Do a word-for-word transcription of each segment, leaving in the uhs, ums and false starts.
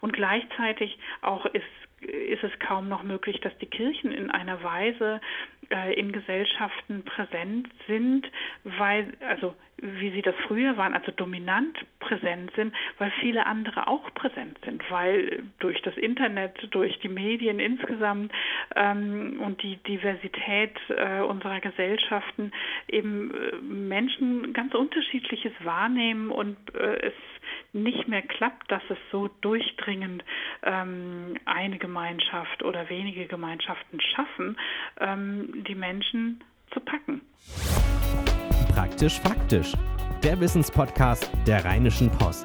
Und gleichzeitig auch ist, ist es kaum noch möglich, dass die Kirchen in einer Weise äh, in Gesellschaften präsent sind, weil, also wie sie das früher waren, also dominant präsent sind, weil viele andere auch präsent sind, weil durch das Internet, durch die Medien insgesamt ähm, und die Diversität äh, unserer Gesellschaften eben äh, Menschen ganz Unterschiedliches wahrnehmen und äh, es nicht mehr klappt, dass es so durchdringend ähm, eine Gemeinschaft oder wenige Gemeinschaften schaffen, ähm, die Menschen zu packen. Praktisch faktisch, der Wissenspodcast der Rheinischen Post.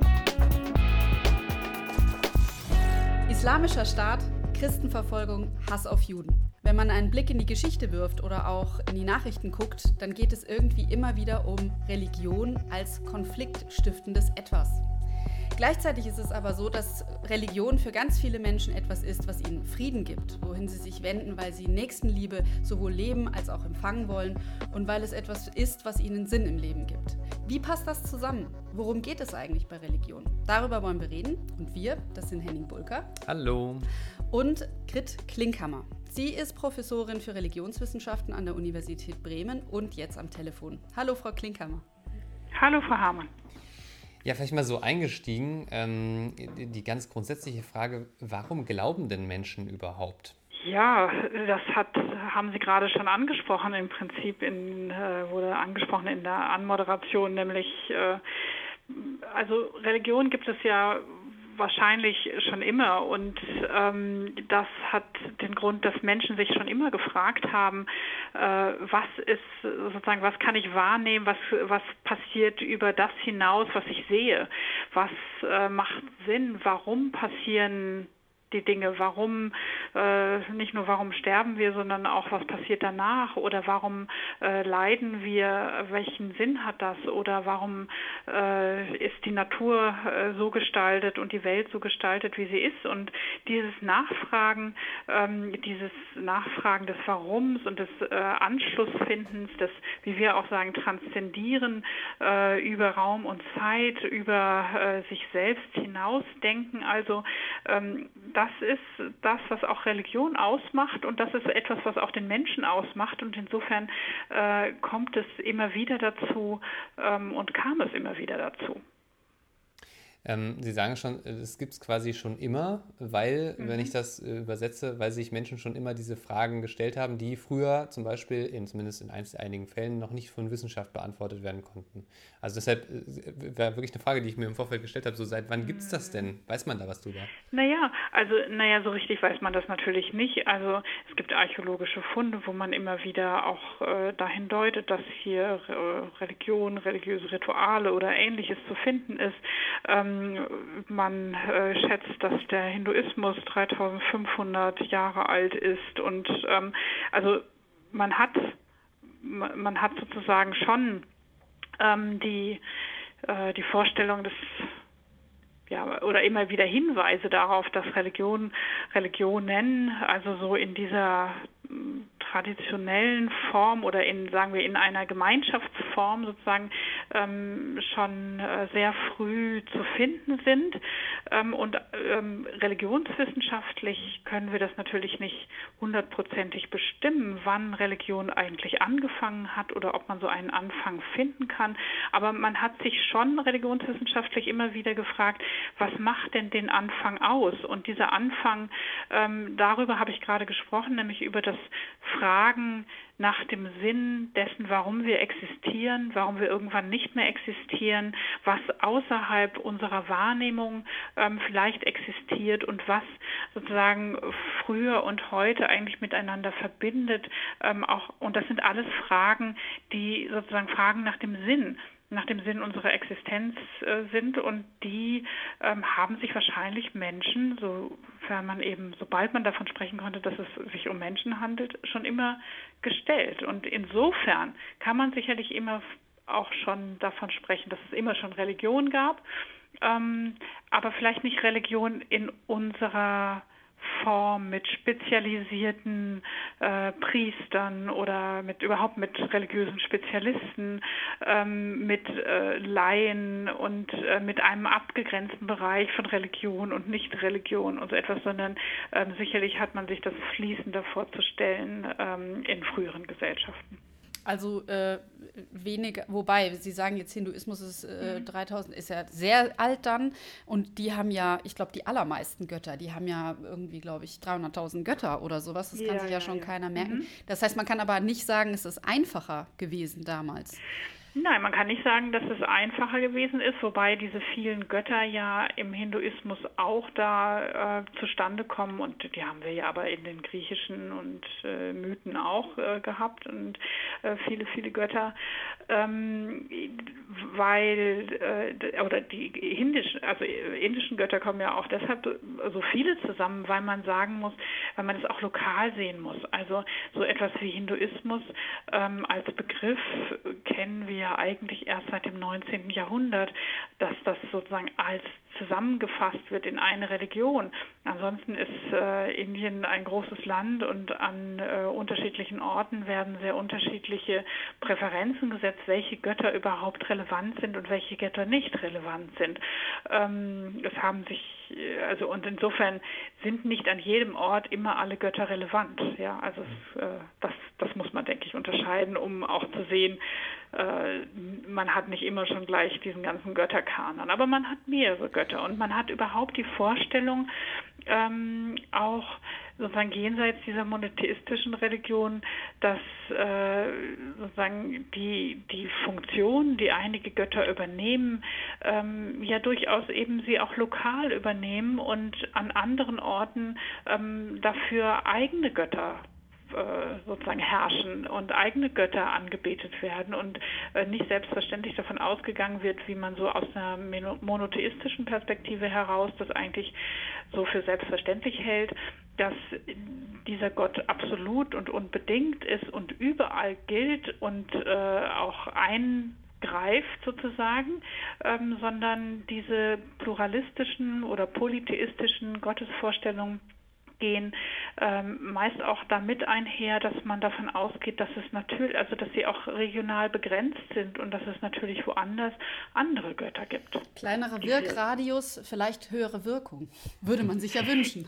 Islamischer Staat, Christenverfolgung, Hass auf Juden. Wenn man einen Blick in die Geschichte wirft oder auch in die Nachrichten guckt, dann geht es irgendwie immer wieder um Religion als konfliktstiftendes Etwas. Gleichzeitig ist es aber so, dass Religion für ganz viele Menschen etwas ist, was ihnen Frieden gibt, wohin sie sich wenden, weil sie Nächstenliebe sowohl leben als auch empfangen wollen und weil es etwas ist, was ihnen Sinn im Leben gibt. Wie passt das zusammen? Worum geht es eigentlich bei Religion? Darüber wollen wir reden und wir, das sind Henning Bulcker. Hallo. Und Grit Klinkhammer. Sie ist Professorin für Religionswissenschaften an der Universität Bremen und jetzt am Telefon. Hallo, Frau Klinkhammer. Hallo, Frau Hamann. Ja, vielleicht mal so eingestiegen, ähm, die ganz grundsätzliche Frage, warum glauben denn Menschen überhaupt? Ja, das hat, haben Sie gerade schon angesprochen, im Prinzip in, äh, wurde angesprochen in der Anmoderation, nämlich, äh, also Religion gibt es ja wahrscheinlich schon immer und ähm, das hat den Grund, dass Menschen sich schon immer gefragt haben, äh, was ist sozusagen, was kann ich wahrnehmen, was was passiert über das hinaus, was ich sehe, was äh, macht Sinn, warum passieren die Dinge, warum, äh, nicht nur warum sterben wir, sondern auch was passiert danach oder warum äh, leiden wir, welchen Sinn hat das oder warum äh, ist die Natur äh, so gestaltet und die Welt so gestaltet, wie sie ist und dieses Nachfragen, ähm, dieses Nachfragen des Warums und des äh, Anschlussfindens, des, wie wir auch sagen, Transzendieren äh, über Raum und Zeit, über äh, sich selbst hinausdenken, also ähm, das ist das, was auch Religion ausmacht und das ist etwas, was auch den Menschen ausmacht und insofern äh, kommt es immer wieder dazu ähm, und kam es immer wieder dazu. Ähm, Sie sagen schon, es gibt es quasi schon immer, weil, mhm. wenn ich das äh, übersetze, weil sich Menschen schon immer diese Fragen gestellt haben, die früher zum Beispiel, in, zumindest in einigen Fällen, noch nicht von Wissenschaft beantwortet werden konnten. Also deshalb äh, wäre wirklich eine Frage, die ich mir im Vorfeld gestellt habe, so seit wann gibt es das denn? Weiß man da was drüber? Naja, also naja, so richtig weiß man das natürlich nicht. Also es gibt archäologische Funde, wo man immer wieder auch äh, dahin deutet, dass hier äh, Religion, religiöse Rituale oder Ähnliches zu finden ist. Ähm, Man äh, schätzt, dass der Hinduismus dreitausendfünfhundert Jahre alt ist und ähm, also man hat man hat sozusagen schon ähm, die äh, die Vorstellung des ja oder immer wieder Hinweise darauf, dass Religion Religionen also so in dieser traditionellen Form oder in, sagen wir, in einer Gemeinschaftsform sozusagen ähm, schon äh, sehr früh zu finden sind. Ähm, und ähm, religionswissenschaftlich können wir das natürlich nicht hundertprozentig bestimmen, wann Religion eigentlich angefangen hat oder ob man so einen Anfang finden kann. Aber man hat sich schon religionswissenschaftlich immer wieder gefragt, was macht denn den Anfang aus? Und dieser Anfang, ähm, darüber habe ich gerade gesprochen, nämlich über das Fragen nach dem Sinn dessen, warum wir existieren, warum wir irgendwann nicht mehr existieren, was außerhalb unserer Wahrnehmung ähm, vielleicht existiert und was sozusagen früher und heute eigentlich miteinander verbindet. Ähm, auch, und das sind alles Fragen, die sozusagen Fragen nach dem Sinn. nach dem Sinn unserer Existenz äh, sind und die ähm, haben sich wahrscheinlich Menschen, sofern man eben, sobald man davon sprechen konnte, dass es sich um Menschen handelt, schon immer gestellt. Und insofern kann man sicherlich immer auch schon davon sprechen, dass es immer schon Religion gab, ähm, aber vielleicht nicht Religion in unserer Form mit spezialisierten äh, Priestern oder mit überhaupt mit religiösen Spezialisten, ähm, mit äh, Laien und äh, mit einem abgegrenzten Bereich von Religion und Nicht-Religion und so etwas, sondern ähm, sicherlich hat man sich das fließender vorzustellen ähm, in früheren Gesellschaften. Also äh, weniger, wobei, Sie sagen jetzt, Hinduismus ist äh, dreitausend, ist ja sehr alt dann und die haben ja, ich glaube, die allermeisten Götter, die haben ja irgendwie, glaube ich, dreihunderttausend Götter oder sowas, das kann Ja, sich ja, ja schon ja. keiner merken. Mhm. Das heißt, man kann aber nicht sagen, es ist einfacher gewesen damals. Nein, man kann nicht sagen, dass es einfacher gewesen ist, wobei diese vielen Götter ja im Hinduismus auch da äh, zustande kommen und die haben wir ja aber in den griechischen und äh, Mythen auch äh, gehabt und äh, viele, viele Götter, ähm, weil, äh, oder die indischen, also indischen Götter kommen ja auch deshalb so viele zusammen, weil man sagen muss, weil man es auch lokal sehen muss. Also so etwas wie Hinduismus ähm, als Begriff kennen wir ja eigentlich erst seit dem neunzehnten Jahrhundert, dass das sozusagen als zusammengefasst wird in eine Religion. Ansonsten ist äh, Indien ein großes Land und an äh, unterschiedlichen Orten werden sehr unterschiedliche Präferenzen gesetzt, welche Götter überhaupt relevant sind und welche Götter nicht relevant sind. Ähm, es haben sich, also und insofern sind nicht an jedem Ort immer alle Götter relevant. Ja, also es, äh, das, das muss man, denke ich, unterscheiden, um auch zu sehen, äh, man hat nicht immer schon gleich diesen ganzen Götterkanon, aber man hat mehrere Götter. Und man hat überhaupt die Vorstellung, ähm, auch sozusagen jenseits dieser monotheistischen Religion, dass äh, sozusagen die, die Funktion, die einige Götter übernehmen, ähm, ja durchaus eben sie auch lokal übernehmen und an anderen Orten ähm, dafür eigene Götter sozusagen herrschen und eigene Götter angebetet werden und nicht selbstverständlich davon ausgegangen wird, wie man so aus einer monotheistischen Perspektive heraus das eigentlich so für selbstverständlich hält, dass dieser Gott absolut und unbedingt ist und überall gilt und äh, auch eingreift sozusagen, ähm, sondern diese pluralistischen oder polytheistischen Gottesvorstellungen gehen ähm, meist auch damit einher, dass man davon ausgeht, dass es natürlich, also dass sie auch regional begrenzt sind und dass es natürlich woanders andere Götter gibt. Kleinerer Wirkradius, vielleicht höhere Wirkung, würde man sich ja wünschen.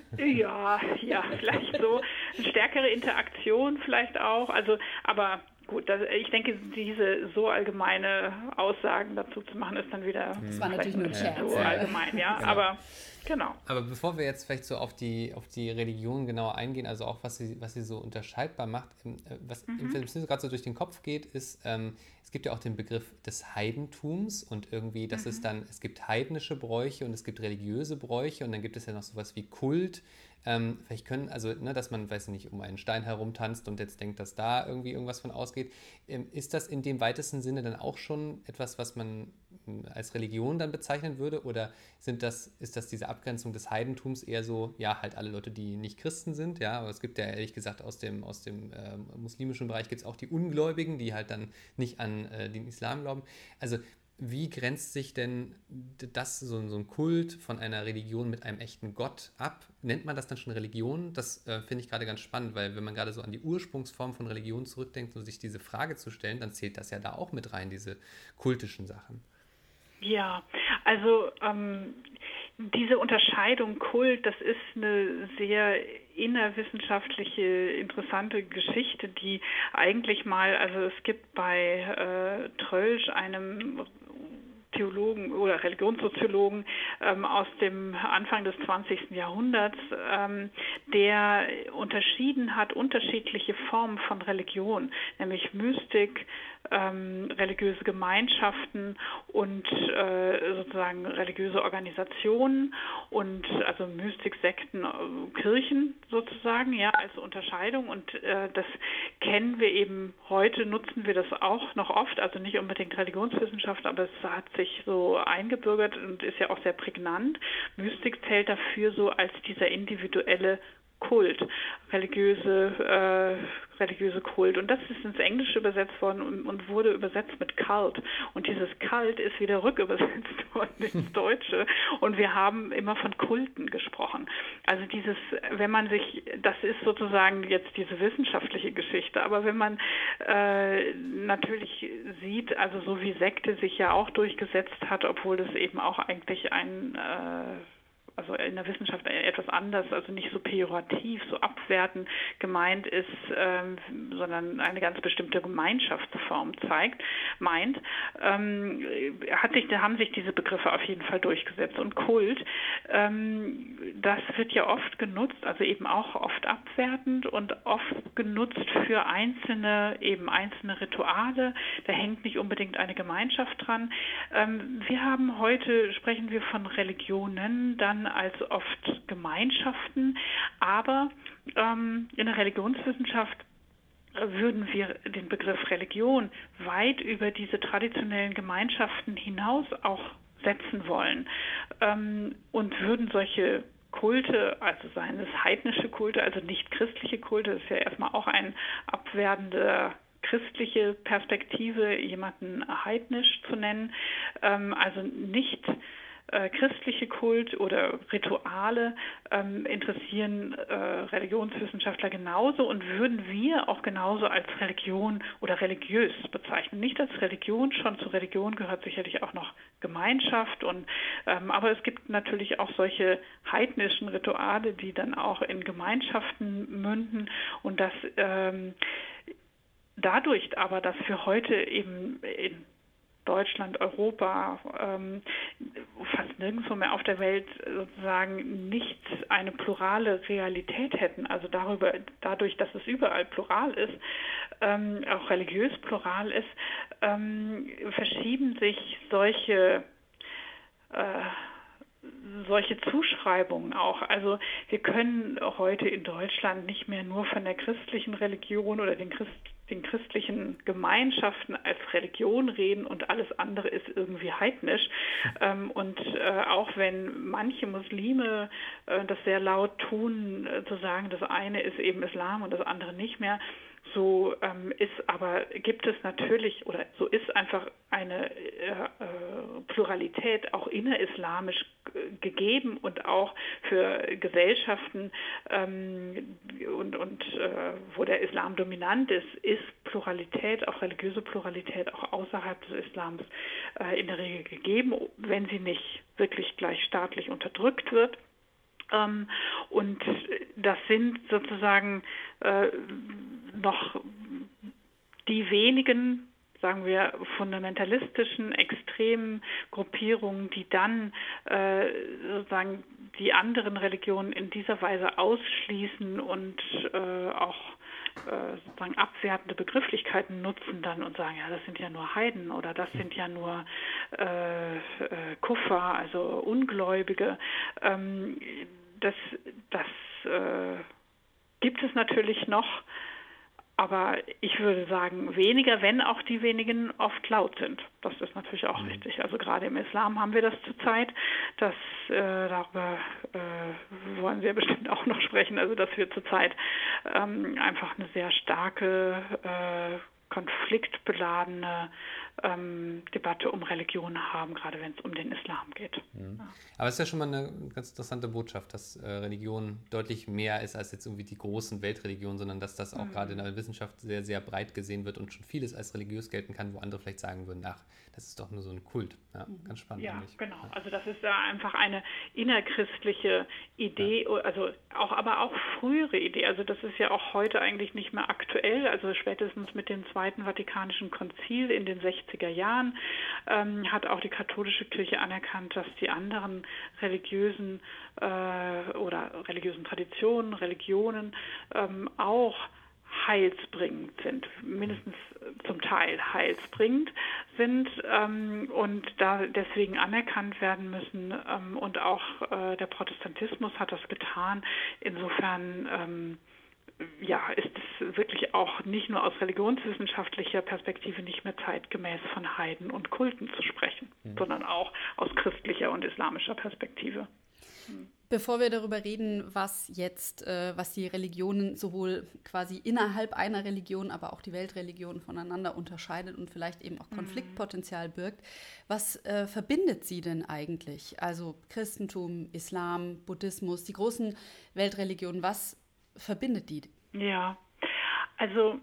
Ja, ja, vielleicht so. Eine stärkere Interaktion vielleicht auch, also, aber gut, das, ich denke, diese so allgemeine Aussagen dazu zu machen, ist dann wieder das war natürlich nur ein Scherz. So allgemein, ja, genau. aber genau. Aber bevor wir jetzt vielleicht so auf die, auf die Religion genauer eingehen, also auch was sie, was sie so unterscheidbar macht, was mhm. im Film gerade so durch den Kopf geht, ist, ähm, es gibt ja auch den Begriff des Heidentums und irgendwie, das mhm. ist dann, es gibt heidnische Bräuche und es gibt religiöse Bräuche und dann gibt es ja noch sowas wie Kult. Ähm, vielleicht können, also, ne, dass man, weiß nicht, um einen Stein herumtanzt und jetzt denkt, dass da irgendwie irgendwas von ausgeht. Ähm, ist das in dem weitesten Sinne dann auch schon etwas, was man m, als Religion dann bezeichnen würde? Oder sind das, ist das diese Abgrenzung des Heidentums eher so, ja, halt alle Leute, die nicht Christen sind, ja, aber es gibt ja ehrlich gesagt aus dem, aus dem äh, muslimischen Bereich gibt es auch die Ungläubigen, die halt dann nicht an äh, den Islam glauben. Also, wie grenzt sich denn das, so, so ein Kult von einer Religion mit einem echten Gott ab? Nennt man das dann schon Religion? Das äh, finde ich gerade ganz spannend, weil wenn man gerade so an die Ursprungsform von Religion zurückdenkt und sich diese Frage zu stellen, dann zählt das ja da auch mit rein, diese kultischen Sachen. Ja, also ähm, diese Unterscheidung Kult, das ist eine sehr innerwissenschaftliche, interessante Geschichte, die eigentlich mal, also es gibt bei äh, Trölsch, einem Theologen oder Religionssoziologen ähm, aus dem Anfang des zwanzigsten Jahrhunderts, ähm, der unterschieden hat unterschiedliche Formen von Religion, nämlich Mystik, ähm, religiöse Gemeinschaften und äh, sozusagen religiöse Organisationen und also Mystik, Sekten, äh, Kirchen sozusagen, ja, als Unterscheidung und äh, das kennen wir eben heute, nutzen wir das auch noch oft, also nicht unbedingt Religionswissenschaft, aber es hat sich so eingebürgert und ist ja auch sehr prägnant. Mystik zählt dafür so als dieser individuelle Kult, religiöse, äh, religiöse Kult. Und das ist ins Englische übersetzt worden und, und wurde übersetzt mit Cult. Und dieses Cult ist wieder rückübersetzt worden ins Deutsche. Und wir haben immer von Kulten gesprochen. Also dieses, wenn man sich, das ist sozusagen jetzt diese wissenschaftliche Geschichte, aber wenn man äh, natürlich sieht, also so wie Sekte sich ja auch durchgesetzt hat, obwohl das eben auch eigentlich ein äh, also in der Wissenschaft etwas anders, also nicht so pejorativ, so abwertend gemeint ist, ähm, sondern eine ganz bestimmte Gemeinschaftsform zeigt, meint, ähm, hat sich, da haben sich diese Begriffe auf jeden Fall durchgesetzt. Und Kult, ähm, das wird ja oft genutzt, also eben auch oft abwertend und oft genutzt für einzelne, eben einzelne Rituale. Da hängt nicht unbedingt eine Gemeinschaft dran. Ähm, wir haben heute, sprechen wir von Religionen, dann als oft Gemeinschaften, aber ähm, in der Religionswissenschaft würden wir den Begriff Religion weit über diese traditionellen Gemeinschaften hinaus auch setzen wollen ähm, und würden solche Kulte, also seien es heidnische Kulte, also nicht christliche Kulte, das ist ja erstmal auch ein abwertender christliche Perspektive, jemanden heidnisch zu nennen, ähm, also nicht Äh, christliche Kult oder Rituale ähm, interessieren äh, Religionswissenschaftler genauso und würden wir auch genauso als Religion oder religiös bezeichnen. Nicht als Religion, schon zur Religion gehört sicherlich auch noch Gemeinschaft, und ähm, aber es gibt natürlich auch solche heidnischen Rituale, die dann auch in Gemeinschaften münden, und das ähm, dadurch aber, dass wir heute eben in Deutschland, Europa, ähm, fast nirgendwo mehr auf der Welt sozusagen nicht eine plurale Realität hätten. Also darüber, dadurch, dass es überall plural ist, ähm, auch religiös plural ist, ähm, verschieben sich solche äh, solche Zuschreibungen auch. Also wir können heute in Deutschland nicht mehr nur von der christlichen Religion oder den, Christ, den christlichen Gemeinschaften als Religion reden und alles andere ist irgendwie heidnisch. Ähm, und äh, auch wenn manche Muslime äh, das sehr laut tun, äh, zu sagen, das eine ist eben Islam und das andere nicht mehr, so ähm, ist aber, gibt es natürlich, oder so ist einfach eine äh, äh, Pluralität auch innerislamisch g- gegeben und auch für Gesellschaften ähm, und, und äh, wo der Islam dominant ist, ist Pluralität, auch religiöse Pluralität auch außerhalb des Islams äh, in der Regel gegeben, wenn sie nicht wirklich gleich staatlich unterdrückt wird. Ähm, und das sind sozusagen äh, noch die wenigen, sagen wir, fundamentalistischen, extremen Gruppierungen, die dann äh, sozusagen die anderen Religionen in dieser Weise ausschließen und äh, auch äh, sozusagen abwertende Begrifflichkeiten nutzen dann und sagen, ja, das sind ja nur Heiden oder das sind ja nur äh, äh, Kuffer, also Ungläubige. Ähm, das das äh, gibt es natürlich noch, aber ich würde sagen weniger, wenn auch die wenigen oft laut sind. Das ist natürlich auch mhm. richtig. Also gerade im Islam haben wir das zurzeit. Das, äh, darüber äh, wollen wir bestimmt auch noch sprechen. Also dass wir zurzeit ähm, einfach eine sehr starke, äh, konfliktbeladene ähm, Debatte um Religion haben, gerade wenn es um den Islam geht. Mhm. Ja. Aber es ist ja schon mal eine ganz interessante Botschaft, dass äh, Religion deutlich mehr ist als jetzt irgendwie die großen Weltreligionen, sondern dass das auch mhm. gerade in der Wissenschaft sehr, sehr breit gesehen wird und schon vieles als religiös gelten kann, wo andere vielleicht sagen würden, ach, das ist doch nur so ein Kult. Ja, ganz spannend. Ja, eigentlich. genau. Also das ist ja einfach eine innerchristliche Idee, ja. also auch, aber auch frühere Idee. Also das ist ja auch heute eigentlich nicht mehr aktuell. Also spätestens mit dem Zweiten Vatikanischen Konzil in den sechziger Jahren ähm, hat auch die katholische Kirche anerkannt, dass die anderen religiösen äh, oder religiösen Traditionen, Religionen ähm, auch heilsbringend sind, mindestens zum Teil heilsbringend sind ähm, und da deswegen anerkannt werden müssen. Ähm, und auch äh, der Protestantismus hat das getan. Insofern ähm, ja, ist es wirklich auch nicht nur aus religionswissenschaftlicher Perspektive nicht mehr zeitgemäß von Heiden und Kulten zu sprechen, mhm. sondern auch aus christlicher und islamischer Perspektive. Mhm. Bevor wir darüber reden, was jetzt, äh, was die Religionen sowohl quasi innerhalb einer Religion, aber auch die Weltreligionen voneinander unterscheidet und vielleicht eben auch Konfliktpotenzial birgt, was äh, verbindet sie denn eigentlich? Also Christentum, Islam, Buddhismus, die großen Weltreligionen, was verbindet die? Ja, also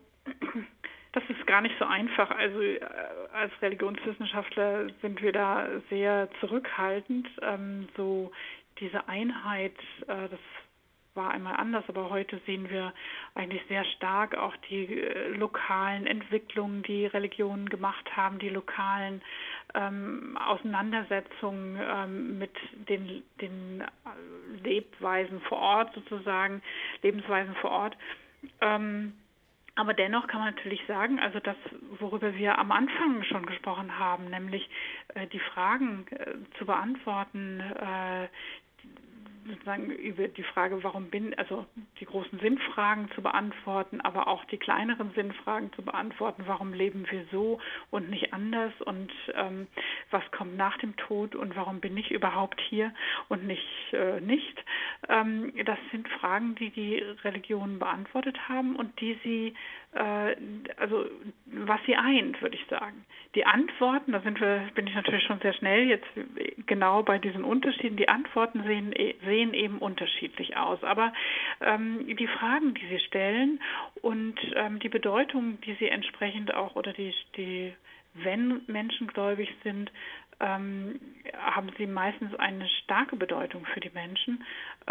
das ist gar nicht so einfach. Also äh, als Religionswissenschaftler sind wir da sehr zurückhaltend. Ähm, so diese Einheit, äh, das war einmal anders, aber heute sehen wir eigentlich sehr stark auch die äh, lokalen Entwicklungen, die Religionen gemacht haben, die lokalen ähm, Auseinandersetzungen ähm, mit den, den Lebweisen vor Ort sozusagen, Lebensweisen vor Ort. Ähm, Aber dennoch kann man natürlich sagen, also das, worüber wir am Anfang schon gesprochen haben, nämlich äh, die Fragen äh, zu beantworten, äh, sozusagen über die Frage, warum bin, also die großen Sinnfragen zu beantworten, aber auch die kleineren Sinnfragen zu beantworten, warum leben wir so und nicht anders und ähm, was kommt nach dem Tod und warum bin ich überhaupt hier und nicht äh, nicht. Ähm, das sind Fragen, die die Religionen beantwortet haben und die sie, äh, also was sie eint, würde ich sagen. Die Antworten, da sind wir, bin ich natürlich schon sehr schnell jetzt genau bei diesen Unterschieden, die Antworten sehen, sehen eben unterschiedlich aus. Aber ähm, die Fragen, die sie stellen und ähm, die Bedeutung, die sie entsprechend auch oder die, die wenn Menschen gläubig sind, ähm, haben sie meistens eine starke Bedeutung für die Menschen.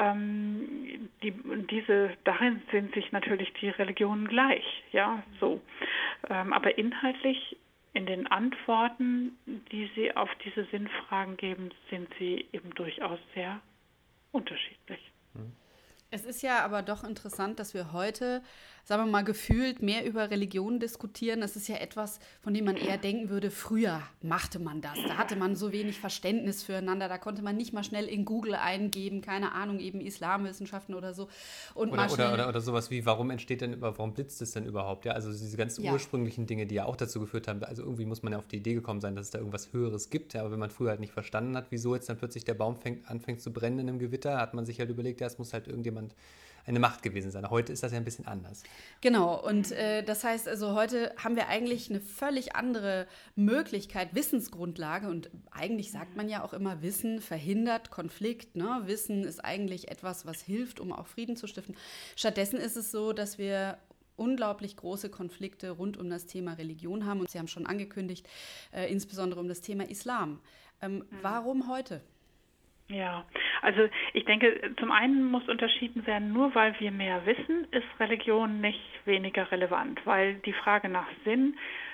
Ähm, die, diese, darin sind sich natürlich die Religionen gleich, ja, so. Ähm, aber inhaltlich in den Antworten, die sie auf diese Sinnfragen geben, sind sie eben durchaus sehr unterschiedlich. Es ist ja aber doch interessant, dass wir heute, sagen wir mal, gefühlt mehr über Religion diskutieren. Das ist ja etwas, von dem man eher denken würde, früher machte man das. Da hatte man so wenig Verständnis füreinander. Da konnte man nicht mal schnell in Google eingeben, keine Ahnung, eben Islamwissenschaften oder so. Und oder, mal oder, oder, oder sowas wie, warum entsteht denn, warum blitzt es denn überhaupt? Ja, also diese ganzen Ja. ursprünglichen Dinge, die ja auch dazu geführt haben, also irgendwie muss man ja auf die Idee gekommen sein, dass es da irgendwas Höheres gibt. Ja, aber wenn man früher halt nicht verstanden hat, wieso jetzt dann plötzlich der Baum fängt, anfängt zu brennen in einem Gewitter, hat man sich halt überlegt, ja, es muss halt irgendjemand eine Macht gewesen sein. Heute ist das ja ein bisschen anders. Genau, und äh, das heißt also, heute haben wir eigentlich eine völlig andere Möglichkeit, Wissensgrundlage, und eigentlich sagt man ja auch immer, Wissen verhindert Konflikt, ne? Wissen ist eigentlich etwas, was hilft, um auch Frieden zu stiften. Stattdessen ist es so, dass wir unglaublich große Konflikte rund um das Thema Religion haben, und Sie haben schon angekündigt, äh, insbesondere um das Thema Islam. Ähm, mhm. Warum heute? Ja, also ich denke, zum einen muss unterschieden werden, nur weil wir mehr wissen, ist Religion nicht weniger relevant, weil die Frage nach Sinn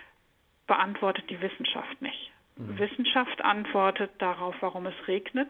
beantwortet die Wissenschaft nicht. Mhm. Wissenschaft antwortet darauf, warum es regnet,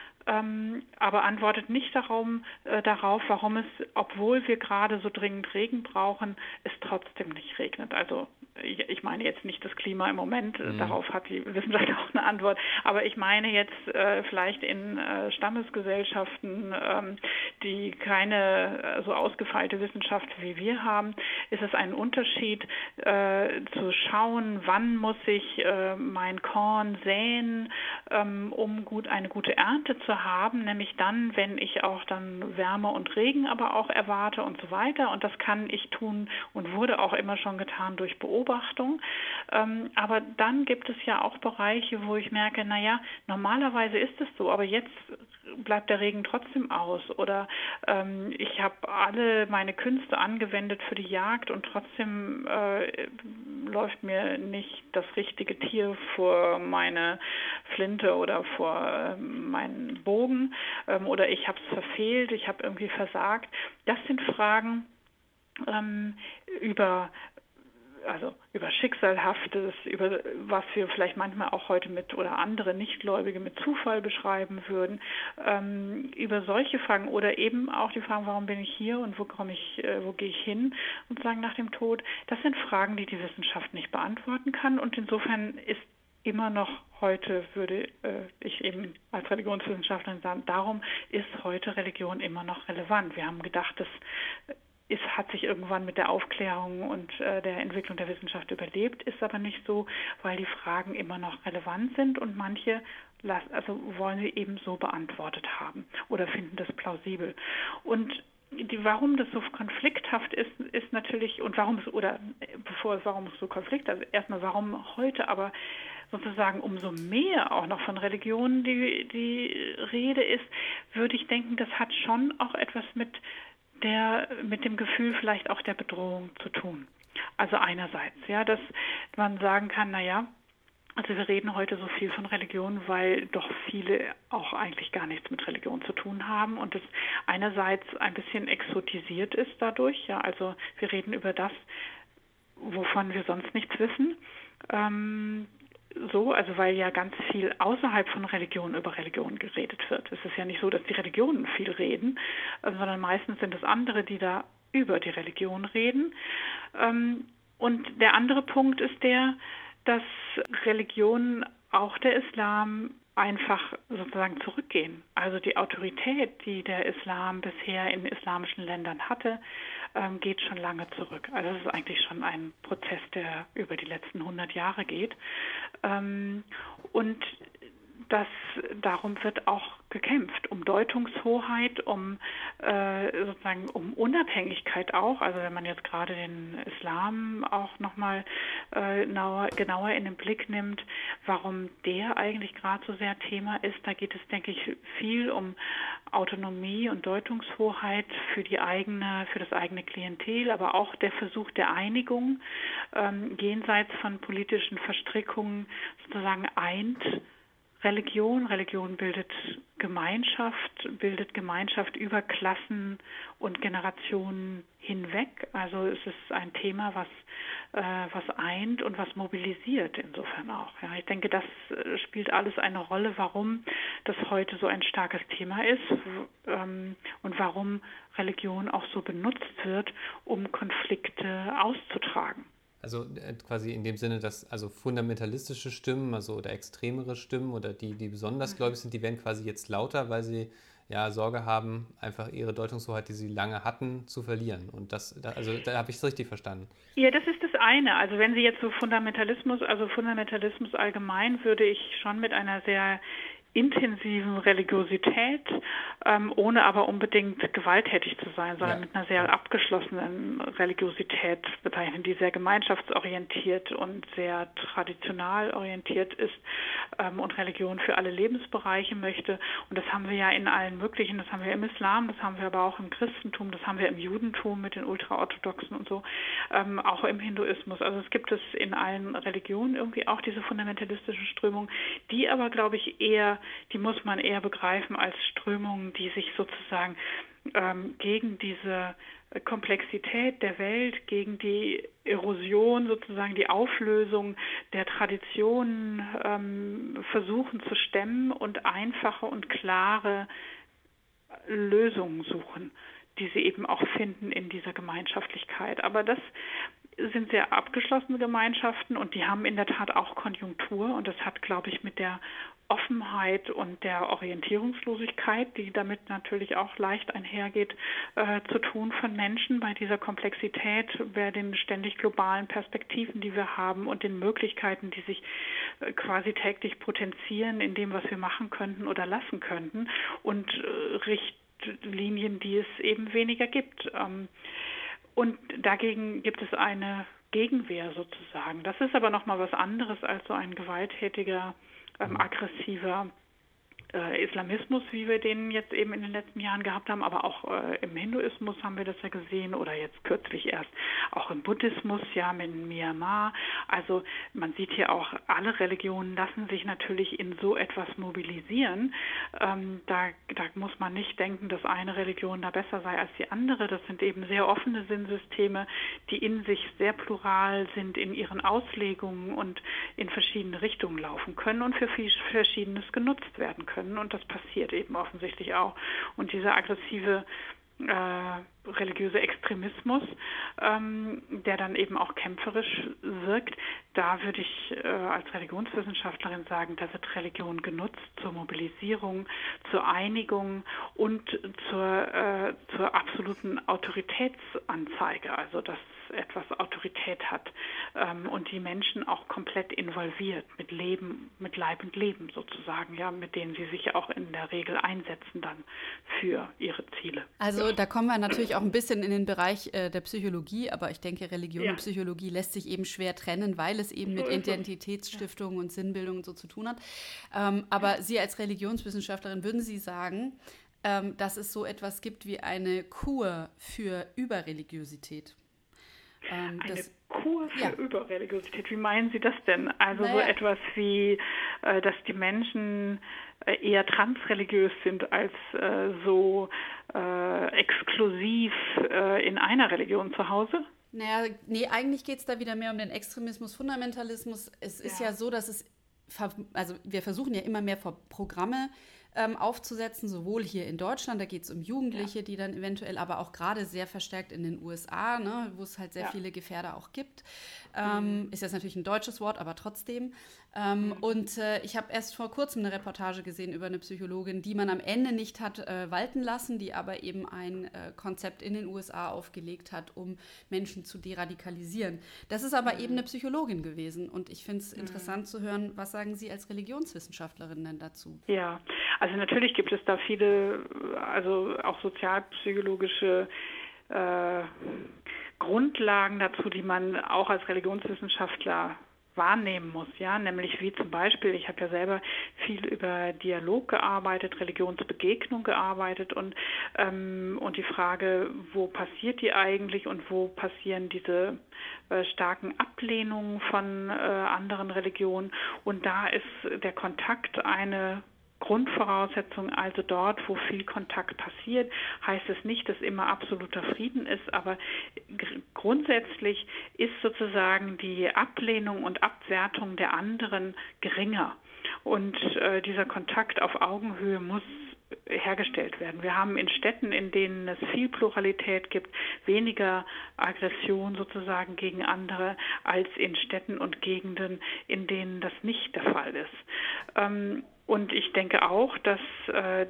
ähm, aber antwortet nicht darum, äh, darauf, warum es, obwohl wir gerade so dringend Regen brauchen, es trotzdem nicht regnet. Also ich, ich meine jetzt nicht das Klima im Moment, mhm. darauf hat die Wissenschaft auch eine Antwort, aber ich meine jetzt äh, vielleicht in äh, Stammesgesellschaften, ähm, die keine äh, so ausgefeilte Wissenschaft wie wir haben, ist es ein Unterschied äh, zu schauen, wann muss ich äh, mein Korn säen, ähm, um gut eine gute Ernte zu haben, nämlich dann, wenn ich auch dann Wärme und Regen aber auch erwarte und so weiter, und das kann ich tun und wurde auch immer schon getan durch Beobachtung, ähm, aber dann gibt es ja auch Bereiche, wo ich merke, naja, normalerweise ist es so, aber jetzt bleibt der Regen trotzdem aus, oder ähm, ich habe alle meine Künste angewendet für die Jagd und trotzdem äh, läuft mir nicht das richtige Tier vor meine Flinte oder vor äh, meinen Bogen, ähm, oder ich habe es verfehlt, ich habe irgendwie versagt. Das sind Fragen ähm, über also über Schicksalhaftes, über was wir vielleicht manchmal auch heute mit oder andere Nichtgläubige mit Zufall beschreiben würden, ähm, über solche Fragen oder eben auch die Fragen, warum bin ich hier und wo komme ich, äh, wo gehe ich hin und sagen nach dem Tod, das sind Fragen, die die Wissenschaft nicht beantworten kann, und insofern ist immer noch heute, würde äh, ich eben als Religionswissenschaftlerin sagen, darum ist heute Religion immer noch relevant. Wir haben gedacht, dass ist, hat sich irgendwann mit der Aufklärung und äh, der Entwicklung der Wissenschaft überlebt, ist aber nicht so, weil die Fragen immer noch relevant sind und manche las, also wollen sie eben so beantwortet haben oder finden das plausibel. Und die, warum das so konflikthaft ist, ist natürlich, und warum es, oder bevor es, warum es so konflikt, also erstmal warum heute, aber sozusagen umso mehr auch noch von Religionen die, die Rede ist, würde ich denken, das hat schon auch etwas mit der, mit dem Gefühl vielleicht auch der Bedrohung zu tun. Also einerseits, ja, dass man sagen kann, naja, also wir reden heute so viel von Religion, weil doch viele auch eigentlich gar nichts mit Religion zu tun haben und es einerseits ein bisschen exotisiert ist dadurch, ja, also wir reden über das, wovon wir sonst nichts wissen, ähm, so, also weil ja ganz viel außerhalb von Religion über Religion geredet wird. Es ist ja nicht so, dass die Religionen viel reden, sondern meistens sind es andere, die da über die Religion reden. Und der andere Punkt ist der, dass Religionen, auch der Islam, einfach sozusagen zurückgehen. Also die Autorität, die der Islam bisher in islamischen Ländern hatte, ähm, geht schon lange zurück. Also das ist eigentlich schon ein Prozess, der über die letzten hundert Jahre geht. Ähm, und das, darum wird auch gekämpft, um Deutungshoheit, um äh, sozusagen um Unabhängigkeit auch. Also wenn man jetzt gerade den Islam auch nochmal äh, genauer, genauer in den Blick nimmt, warum der eigentlich gerade so sehr Thema ist, da geht es, denke ich, viel um Autonomie und Deutungshoheit für die eigene, für das eigene Klientel, aber auch der Versuch der Einigung ähm, jenseits von politischen Verstrickungen sozusagen eint Religion. Religion bildet Gemeinschaft, bildet Gemeinschaft über Klassen und Generationen hinweg. Also es ist ein Thema, was, äh, was eint und was mobilisiert insofern auch. Ja, ich denke, das spielt alles eine Rolle, warum das heute so ein starkes Thema ist ähm, und warum Religion auch so benutzt wird, um Konflikte auszutragen. Also äh, quasi in dem Sinne, dass also fundamentalistische Stimmen, also oder extremere Stimmen oder die, die besonders gläubig sind, die werden quasi jetzt lauter, weil sie ja Sorge haben, einfach ihre Deutungshoheit, die sie lange hatten, zu verlieren. Und das, da, also da habe ich es richtig verstanden. Ja, das ist das eine. Also wenn Sie jetzt so Fundamentalismus, also Fundamentalismus allgemein, würde ich schon mit einer sehr intensiven Religiosität, ähm, ohne aber unbedingt gewalttätig zu sein, sondern ja. mit einer sehr abgeschlossenen Religiosität bezeichnen, die sehr gemeinschaftsorientiert und sehr traditional orientiert ist ähm, und Religion für alle Lebensbereiche möchte. Und das haben wir ja in allen möglichen, das haben wir im Islam, das haben wir aber auch im Christentum, das haben wir im Judentum mit den Ultraorthodoxen und so, ähm, auch im Hinduismus. Also es gibt es in allen Religionen irgendwie auch diese fundamentalistische Strömung, die aber, glaube ich, eher die muss man eher begreifen als Strömungen, die sich sozusagen ähm, gegen diese Komplexität der Welt, gegen die Erosion, sozusagen die Auflösung der Traditionen ähm, versuchen zu stemmen und einfache und klare Lösungen suchen, die sie eben auch finden in dieser Gemeinschaftlichkeit. Aber das sind sehr abgeschlossene Gemeinschaften und die haben in der Tat auch Konjunktur und das hat, glaube ich, mit der Offenheit und der Orientierungslosigkeit, die damit natürlich auch leicht einhergeht, äh, zu tun von Menschen bei dieser Komplexität, bei den ständig globalen Perspektiven, die wir haben und den Möglichkeiten, die sich äh, quasi täglich potenzieren in dem, was wir machen könnten oder lassen könnten und äh, Richtlinien, die es eben weniger gibt. Ähm, und dagegen gibt es eine Gegenwehr sozusagen. Das ist aber nochmal was anderes als so ein gewalttätiger Ähm, aggressiver äh, Islamismus, wie wir den jetzt eben in den letzten Jahren gehabt haben, aber auch äh, im Hinduismus haben wir das ja gesehen oder jetzt kürzlich erst auch im Buddhismus, ja, in Myanmar. Also man sieht hier auch, alle Religionen lassen sich natürlich in so etwas mobilisieren. Ähm, da, da muss man nicht denken, dass eine Religion da besser sei als die andere. Das sind eben sehr offene Sinnsysteme, die in sich sehr plural sind in ihren Auslegungen und in verschiedene Richtungen laufen können und für viel Verschiedenes genutzt werden können. Und das passiert eben offensichtlich auch. Und diese aggressive äh, religiöse Extremismus, ähm, der dann eben auch kämpferisch wirkt. Da würde ich äh, als Religionswissenschaftlerin sagen, da wird Religion genutzt zur Mobilisierung, zur Einigung und zur, äh, zur absoluten Autoritätsanzeige, also dass etwas Autorität hat ähm, und die Menschen auch komplett involviert mit Leben, mit Leib und Leben sozusagen, ja, mit denen sie sich auch in der Regel einsetzen dann für ihre Ziele. Also da kommen wir natürlich auch ein bisschen in den Bereich äh, der Psychologie, aber ich denke, Religion Ja. und Psychologie lässt sich eben schwer trennen, weil es eben So mit ist es. Identitätsstiftung und Sinnbildung und so zu tun hat. Ähm, aber Sie als Religionswissenschaftlerin, würden Sie sagen, ähm, dass es so etwas gibt wie eine Kur für Überreligiosität? Ähm, Eine das, Kur für ja. Überreligiosität, wie meinen Sie das denn? Also so Naja. etwas wie, äh, dass die Menschen äh, eher transreligiös sind als äh, so äh, exklusiv äh, in einer Religion zu Hause? Naja, nee, eigentlich geht es da wieder mehr um den Extremismus, Fundamentalismus. Es ist ja, Ja. so, dass es, ver- also wir versuchen ja immer mehr Vor- Programme ähm, aufzusetzen, sowohl hier in Deutschland, da geht es um Jugendliche, die dann eventuell, aber auch gerade sehr verstärkt in den U S A, ne, wo es halt sehr Ja. viele Gefährder auch gibt. Ähm, ist jetzt natürlich ein deutsches Wort, aber trotzdem. Ähm, und äh, ich habe erst vor kurzem eine Reportage gesehen über eine Psychologin, die man am Ende nicht hat äh, walten lassen, die aber eben ein äh, Konzept in den U S A aufgelegt hat, um Menschen zu deradikalisieren. Das ist aber eben eine Psychologin gewesen und ich finde es interessant zu hören, was sagen Sie als Religionswissenschaftlerin denn dazu? Ja, also natürlich gibt es da viele, also auch sozialpsychologische äh, Grundlagen dazu, die man auch als Religionswissenschaftler wahrnehmen muss, ja, nämlich wie zum Beispiel, ich habe ja selber viel über Dialog gearbeitet, Religionsbegegnung gearbeitet und ähm, und die Frage, wo passiert die eigentlich und wo passieren diese äh, starken Ablehnungen von äh, anderen Religionen, und da ist der Kontakt eine Grundvoraussetzung, also dort, wo viel Kontakt passiert, heißt es nicht, dass immer absoluter Frieden ist, aber gr- grundsätzlich ist sozusagen die Ablehnung und Abwertung der anderen geringer. Und äh, dieser Kontakt auf Augenhöhe muss hergestellt werden. Wir haben in Städten, in denen es viel Pluralität gibt, weniger Aggression sozusagen gegen andere als in Städten und Gegenden, in denen das nicht der Fall ist. Ähm, und ich denke auch, dass, äh,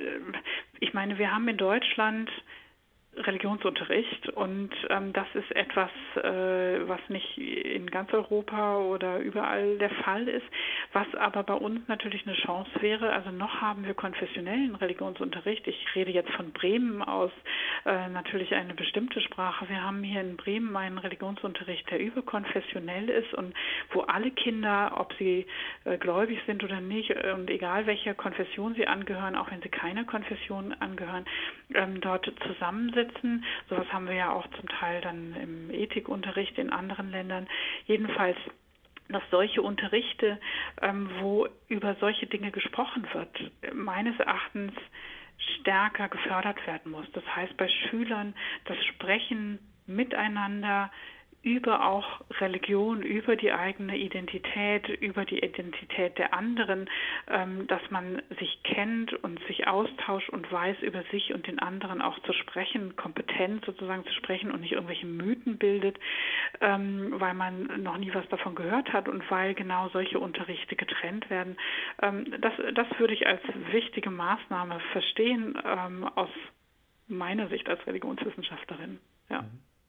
ich meine, wir haben in Deutschland Religionsunterricht und ähm, das ist etwas, äh, was nicht in ganz Europa oder überall der Fall ist, was aber bei uns natürlich eine Chance wäre. Also noch haben wir konfessionellen Religionsunterricht. Ich rede jetzt von Bremen aus, äh, natürlich eine bestimmte Sprache. Wir haben hier in Bremen einen Religionsunterricht, der überkonfessionell ist und wo alle Kinder, ob sie äh, gläubig sind oder nicht und egal welcher Konfession sie angehören, auch wenn sie keiner Konfession angehören, ähm, dort zusammensitzen. Sowas haben wir ja auch zum Teil dann im Ethikunterricht in anderen Ländern. Jedenfalls, dass solche Unterrichte, ähm, wo über solche Dinge gesprochen wird, meines Erachtens stärker gefördert werden muss. Das heißt, bei Schülern das Sprechen miteinander über auch Religion, über die eigene Identität, über die Identität der anderen, ähm, dass man sich kennt und sich austauscht und weiß, über sich und den anderen auch zu sprechen, kompetent sozusagen zu sprechen und nicht irgendwelche Mythen bildet, ähm, weil man noch nie was davon gehört hat und weil genau solche Unterrichte getrennt werden. Ähm, das, das würde ich als wichtige Maßnahme verstehen, ähm, aus meiner Sicht als Religionswissenschaftlerin. Ja. Mhm.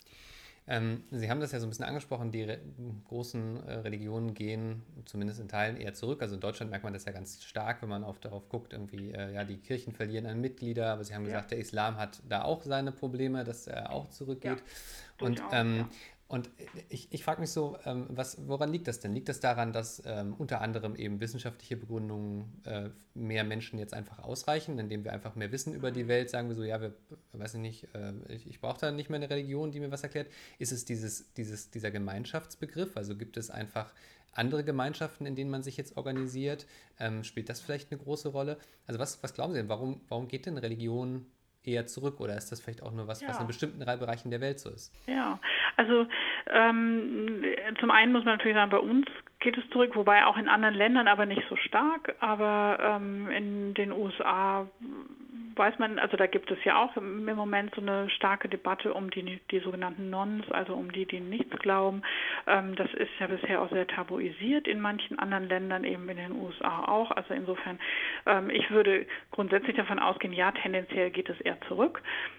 Ähm, Sie haben das ja so ein bisschen angesprochen, die re- großen äh, Religionen gehen zumindest in Teilen eher zurück. Also in Deutschland merkt man das ja ganz stark, wenn man oft darauf guckt, irgendwie, äh, ja, die Kirchen verlieren an Mitglieder, aber Sie haben gesagt, ja. Der Islam hat da auch seine Probleme, dass er auch zurückgeht. Ja, und auch, ähm, ja. Und ich, ich frage mich so, ähm, was, woran liegt das denn? Liegt das daran, dass ähm, unter anderem eben wissenschaftliche Begründungen äh, mehr Menschen jetzt einfach ausreichen, indem wir einfach mehr wissen über die Welt, sagen wir so, ja, wir, weiß ich nicht, äh, ich, ich brauche da nicht mehr eine Religion, die mir was erklärt. Ist es dieses, dieses, dieser Gemeinschaftsbegriff? Also gibt es einfach andere Gemeinschaften, in denen man sich jetzt organisiert? Ähm, spielt das vielleicht eine große Rolle? Also was, was glauben Sie denn, warum, warum geht denn Religion eher zurück oder ist das vielleicht auch nur was, ja. was in bestimmten drei Bereichen der Welt so ist? Ja, also ähm, zum einen muss man natürlich sagen, bei uns geht es zurück, wobei auch in anderen Ländern, aber nicht so stark. Aber ähm, in den U S A weiß man, also da gibt es ja auch im Moment so eine starke Debatte um die, die sogenannten Nones, also um die, die nichts glauben. Ähm, das ist ja bisher auch sehr tabuisiert in manchen anderen Ländern, eben in den U S A auch. Also insofern, ähm, ich würde grundsätzlich davon ausgehen, ja, tendenziell geht es eher zurück.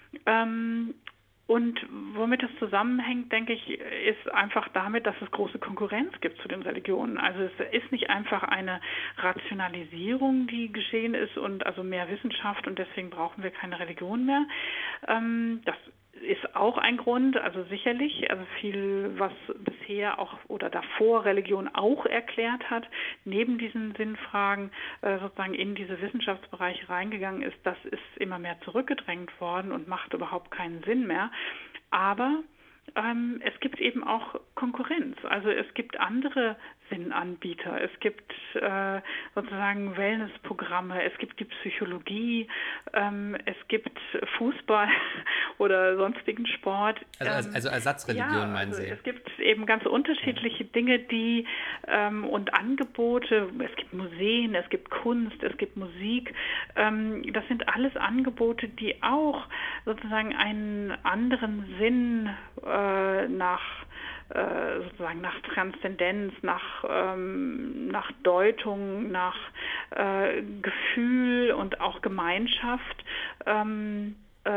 Ähm, Und womit das zusammenhängt, denke ich, ist einfach damit, dass es große Konkurrenz gibt zu den Religionen. Also es ist nicht einfach eine Rationalisierung, die geschehen ist und also mehr Wissenschaft und deswegen brauchen wir keine Religion mehr. Ähm, das ist auch ein Grund, also sicherlich, also viel, was bisher auch oder davor Religion auch erklärt hat, neben diesen Sinnfragen äh, sozusagen in diese Wissenschaftsbereiche reingegangen ist, das ist immer mehr zurückgedrängt worden und macht überhaupt keinen Sinn mehr. Aber ähm, es gibt eben auch Konkurrenz. Also es gibt andere Sinnanbieter. Es gibt äh, sozusagen Wellnessprogramme, es gibt die Psychologie, ähm, es gibt Fußball oder sonstigen Sport. Also, also Ersatzreligion, ja, meinen also Sie? Es gibt eben ganz unterschiedliche Dinge, die ähm, und Angebote. Es gibt Museen, es gibt Kunst, es gibt Musik. Ähm, das sind alles Angebote, die auch sozusagen einen anderen Sinn äh, nach sozusagen nach Transzendenz, nach, ähm, nach Deutung, nach äh, Gefühl und auch Gemeinschaft ähm,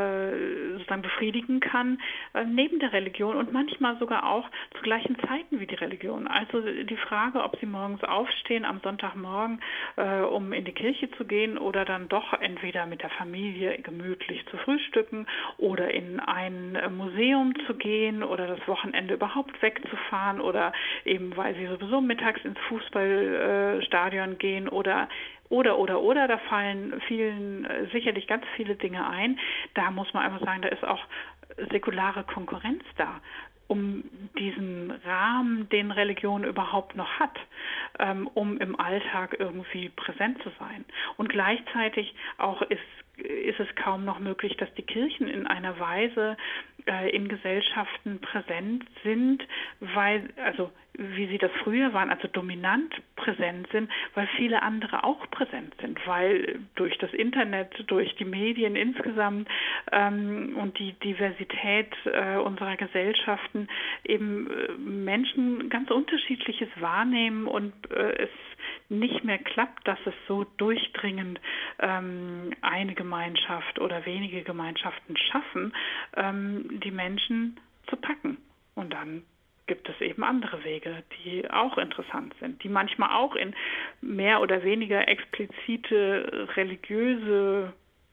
äh, sozusagen befriedigen kann, äh, neben der Religion und manchmal sogar auch zu gleichen Zeiten wie die Religion. Also die Frage, ob sie morgens aufstehen am Sonntagmorgen, äh, um in die Kirche zu gehen oder dann doch entweder mit der Familie gemütlich zu frühstücken oder in ein Museum zu gehen oder das Wochenende überhaupt wegzufahren oder eben, weil sie sowieso mittags ins Fußballstadion gehen oder Oder, oder, oder, da fallen vielen äh, sicherlich ganz viele Dinge ein. Da muss man einfach sagen, da ist auch säkulare Konkurrenz da, um diesen Rahmen, den Religion überhaupt noch hat, ähm, um im Alltag irgendwie präsent zu sein. Und gleichzeitig auch ist, ist es kaum noch möglich, dass die Kirchen in einer Weise äh, in Gesellschaften präsent sind, weil, also wie sie das früher waren, also dominant präsent sind, weil viele andere auch präsent sind, weil durch das Internet, durch die Medien insgesamt ähm, und die Diversität äh, unserer Gesellschaften eben äh, Menschen ganz Unterschiedliches wahrnehmen und äh, es nicht mehr klappt, dass es so durchdringend ähm, eine Gemeinschaft oder wenige Gemeinschaften schaffen, ähm, die Menschen zu packen. Und dann gibt es eben andere Wege, die auch interessant sind, die manchmal auch in mehr oder weniger explizite religiöse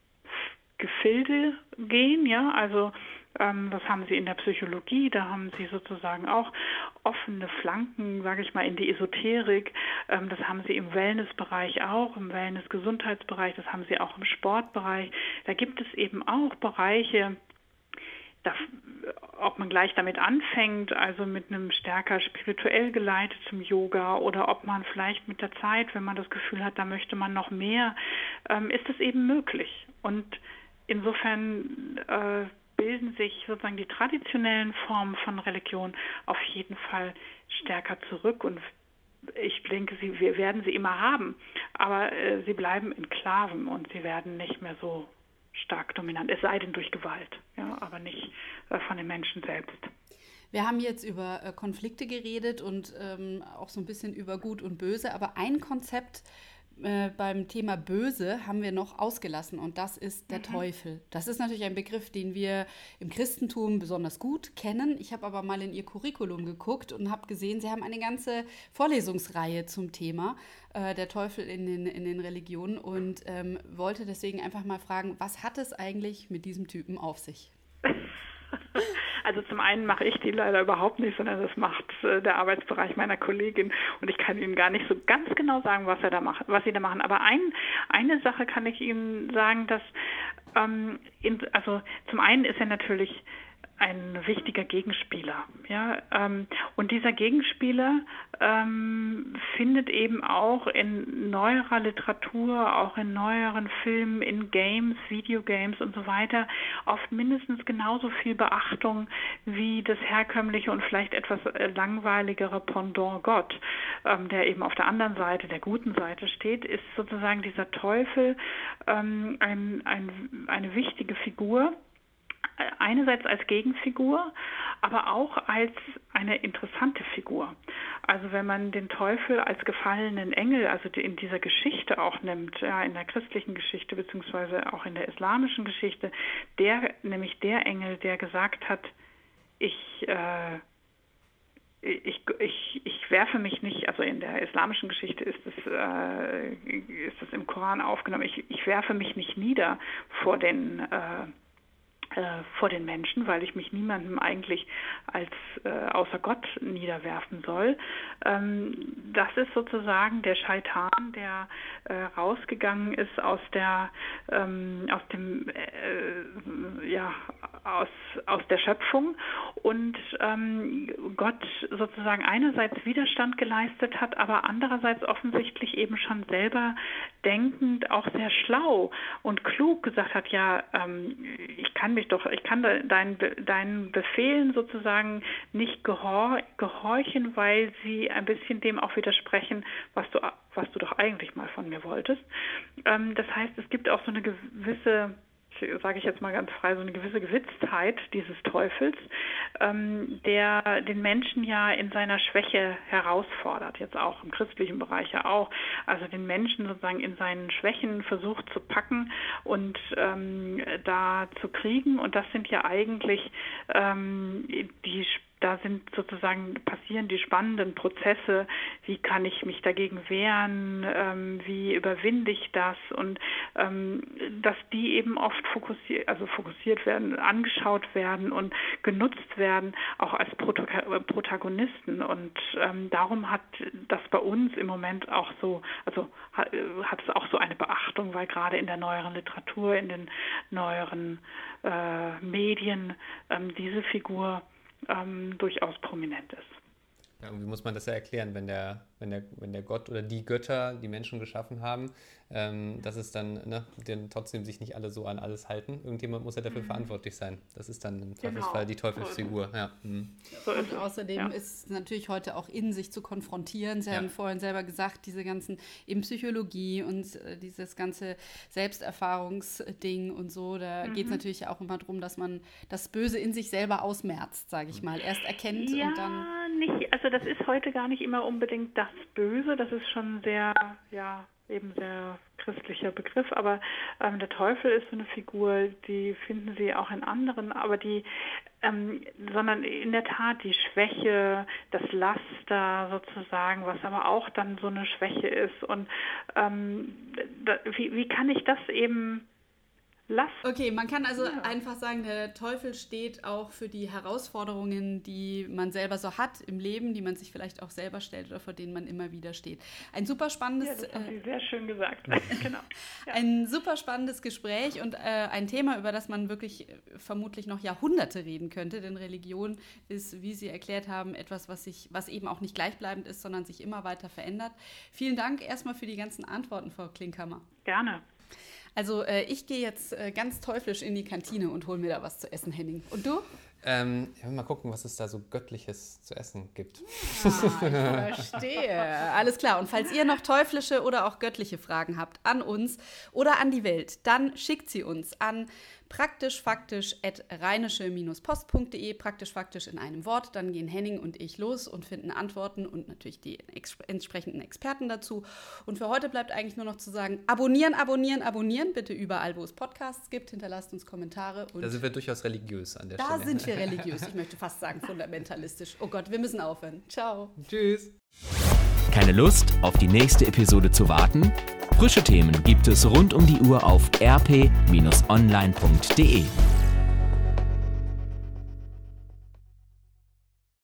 Gefilde gehen, ja, also ähm, das haben sie in der Psychologie, da haben sie sozusagen auch offene Flanken, sage ich mal, in die Esoterik, ähm, das haben sie im Wellnessbereich auch, im Wellness-Gesundheitsbereich, das haben sie auch im Sportbereich, da gibt es eben auch Bereiche, Das, ob man gleich damit anfängt, also mit einem stärker spirituell geleiteten Yoga oder ob man vielleicht mit der Zeit, wenn man das Gefühl hat, da möchte man noch mehr, ähm, ist es eben möglich. Und insofern äh, bilden sich sozusagen die traditionellen Formen von Religion auf jeden Fall stärker zurück und ich denke, sie, wir werden sie immer haben, aber äh, sie bleiben Enklaven und sie werden nicht mehr so stark dominant, es sei denn durch Gewalt, ja, aber nicht äh, von den Menschen selbst. Wir haben jetzt über äh, Konflikte geredet und ähm, auch so ein bisschen über Gut und Böse, aber ein Konzept äh, beim Thema Böse haben wir noch ausgelassen und das ist der mhm. Teufel. Das ist natürlich ein Begriff, den wir im Christentum besonders gut kennen. Ich habe aber mal in Ihr Curriculum geguckt und habe gesehen, Sie haben eine ganze Vorlesungsreihe zum Thema äh, der Teufel in den, in den Religionen und ähm, wollte deswegen einfach mal fragen, was hat es eigentlich mit diesem Typen auf sich? Also zum einen mache ich die leider überhaupt nicht, sondern das macht äh, der Arbeitsbereich meiner Kollegin und ich kann Ihnen gar nicht so ganz genau sagen, was er da macht, was sie da machen. Aber ein, eine Sache kann ich Ihnen sagen, dass ähm, in, also zum einen ist er natürlich ein wichtiger Gegenspieler. Ja? Ähm, und dieser Gegenspieler ähm, findet eben auch in neuerer Literatur, auch in neueren Filmen, in Games, Videogames und so weiter, oft mindestens genauso viel Beachtung wie das herkömmliche und vielleicht etwas langweiligere Pendant Gott, ähm, der eben auf der anderen Seite, der guten Seite steht, ist sozusagen dieser Teufel ähm, ein, ein, eine wichtige Figur. Einerseits als Gegenfigur, aber auch als eine interessante Figur. Also wenn man den Teufel als gefallenen Engel, also in dieser Geschichte auch nimmt, ja, in der christlichen Geschichte beziehungsweise auch in der islamischen Geschichte, der nämlich der Engel, der gesagt hat, ich äh, Ich, ich, ich werfe mich nicht, also in der islamischen Geschichte ist es, äh, ist es im Koran aufgenommen, ich, ich werfe mich nicht nieder vor den äh, äh, vor den Menschen, weil ich mich niemandem eigentlich als äh, außer Gott niederwerfen soll. Ähm, das ist sozusagen der Scheitan, der äh, rausgegangen ist aus der ähm, aus dem äh, ja aus aus der Schöpfung und ähm, Gott sozusagen einerseits Widerstand geleistet hat, aber andererseits offensichtlich eben schon selber denkend auch sehr schlau und klug gesagt hat, ja, ähm, ich kann mich doch, ich kann deinen deinen Befehlen sozusagen nicht gehor, gehorchen, weil sie ein bisschen dem auch widersprechen, was du was du doch eigentlich mal von mir wolltest. Ähm, das heißt, es gibt auch so eine gewisse, sage ich jetzt mal ganz frei, so eine gewisse Gewitztheit dieses Teufels, ähm, der den Menschen ja in seiner Schwäche herausfordert, jetzt auch im christlichen Bereich ja auch, also den Menschen sozusagen in seinen Schwächen versucht zu packen und ähm, da zu kriegen, und das sind ja eigentlich ähm, die Da sind sozusagen, passieren die spannenden Prozesse, wie kann ich mich dagegen wehren, ähm, wie überwinde ich das, und ähm, dass die eben oft fokussiert, also fokussiert werden, angeschaut werden und genutzt werden, auch als Protagonisten, und ähm, darum hat das bei uns im Moment auch so, also hat, hat es auch so eine Beachtung, weil gerade in der neueren Literatur, in den neueren äh, Medien ähm, diese Figur Ähm, durchaus prominent ist. Ja, und wie muss man das ja erklären, wenn der, wenn der, wenn der Gott oder die Götter die Menschen geschaffen haben, ähm, dass es dann, ne, denn trotzdem sich nicht alle so an alles halten. Irgendjemand muss ja dafür mhm. verantwortlich sein. Das ist dann im Zweifelsfall genau. die Teufelsfigur. Ja. Mhm. Und außerdem ja. ist es natürlich heute auch in sich zu konfrontieren. Sie ja. haben vorhin selber gesagt, diese ganzen eben Psychologie und äh, dieses ganze Selbsterfahrungsding und so, da mhm. geht es natürlich auch immer darum, dass man das Böse in sich selber ausmerzt, sage ich mal. Erst erkennt ja, und dann... nicht, also das ist heute gar nicht immer unbedingt das Böse, das ist schon sehr, ja, eben sehr christlicher Begriff, aber ähm, der Teufel ist so eine Figur, die finden Sie auch in anderen, aber die, ähm, sondern in der Tat die Schwäche, das Laster sozusagen, was aber auch dann so eine Schwäche ist, und ähm, da, wie, wie kann ich das eben lassen? Okay, man kann also ja. einfach sagen, der Teufel steht auch für die Herausforderungen, die man selber so hat im Leben, die man sich vielleicht auch selber stellt oder vor denen man immer wieder steht. Ein super spannendes... Ja, das haben Sie sehr schön gesagt. Genau. Ja. Ein super spannendes Gespräch und äh, ein Thema, über das man wirklich äh, vermutlich noch Jahrhunderte reden könnte, denn Religion ist, wie Sie erklärt haben, etwas, was sich, was eben auch nicht gleichbleibend ist, sondern sich immer weiter verändert. Vielen Dank erstmal für die ganzen Antworten, Frau Klinkhammer. Gerne. Also äh, ich gehe jetzt äh, ganz teuflisch in die Kantine und hole mir da was zu essen, Henning. Und du? Ähm, ich will mal gucken, was es da so Göttliches zu essen gibt. Ah, ich verstehe. Alles klar. Und falls ihr noch teuflische oder auch göttliche Fragen habt an uns oder an die Welt, dann schickt sie uns an praktischfaktisch at rheinische post punkt de, praktisch faktisch in einem Wort. Dann gehen Henning und ich los und finden Antworten und natürlich die ex- entsprechenden Experten dazu. Und für heute bleibt eigentlich nur noch zu sagen, abonnieren, abonnieren, abonnieren. Bitte überall, wo es Podcasts gibt. Hinterlasst uns Kommentare. Und da sind wir durchaus religiös an der da Stelle. Da sind wir religiös. Ich möchte fast sagen fundamentalistisch. Oh Gott, wir müssen aufhören. Ciao. Tschüss. Keine Lust, auf die nächste Episode zu warten? Frische Themen gibt es rund um die Uhr auf r p Bindestrich online punkt de.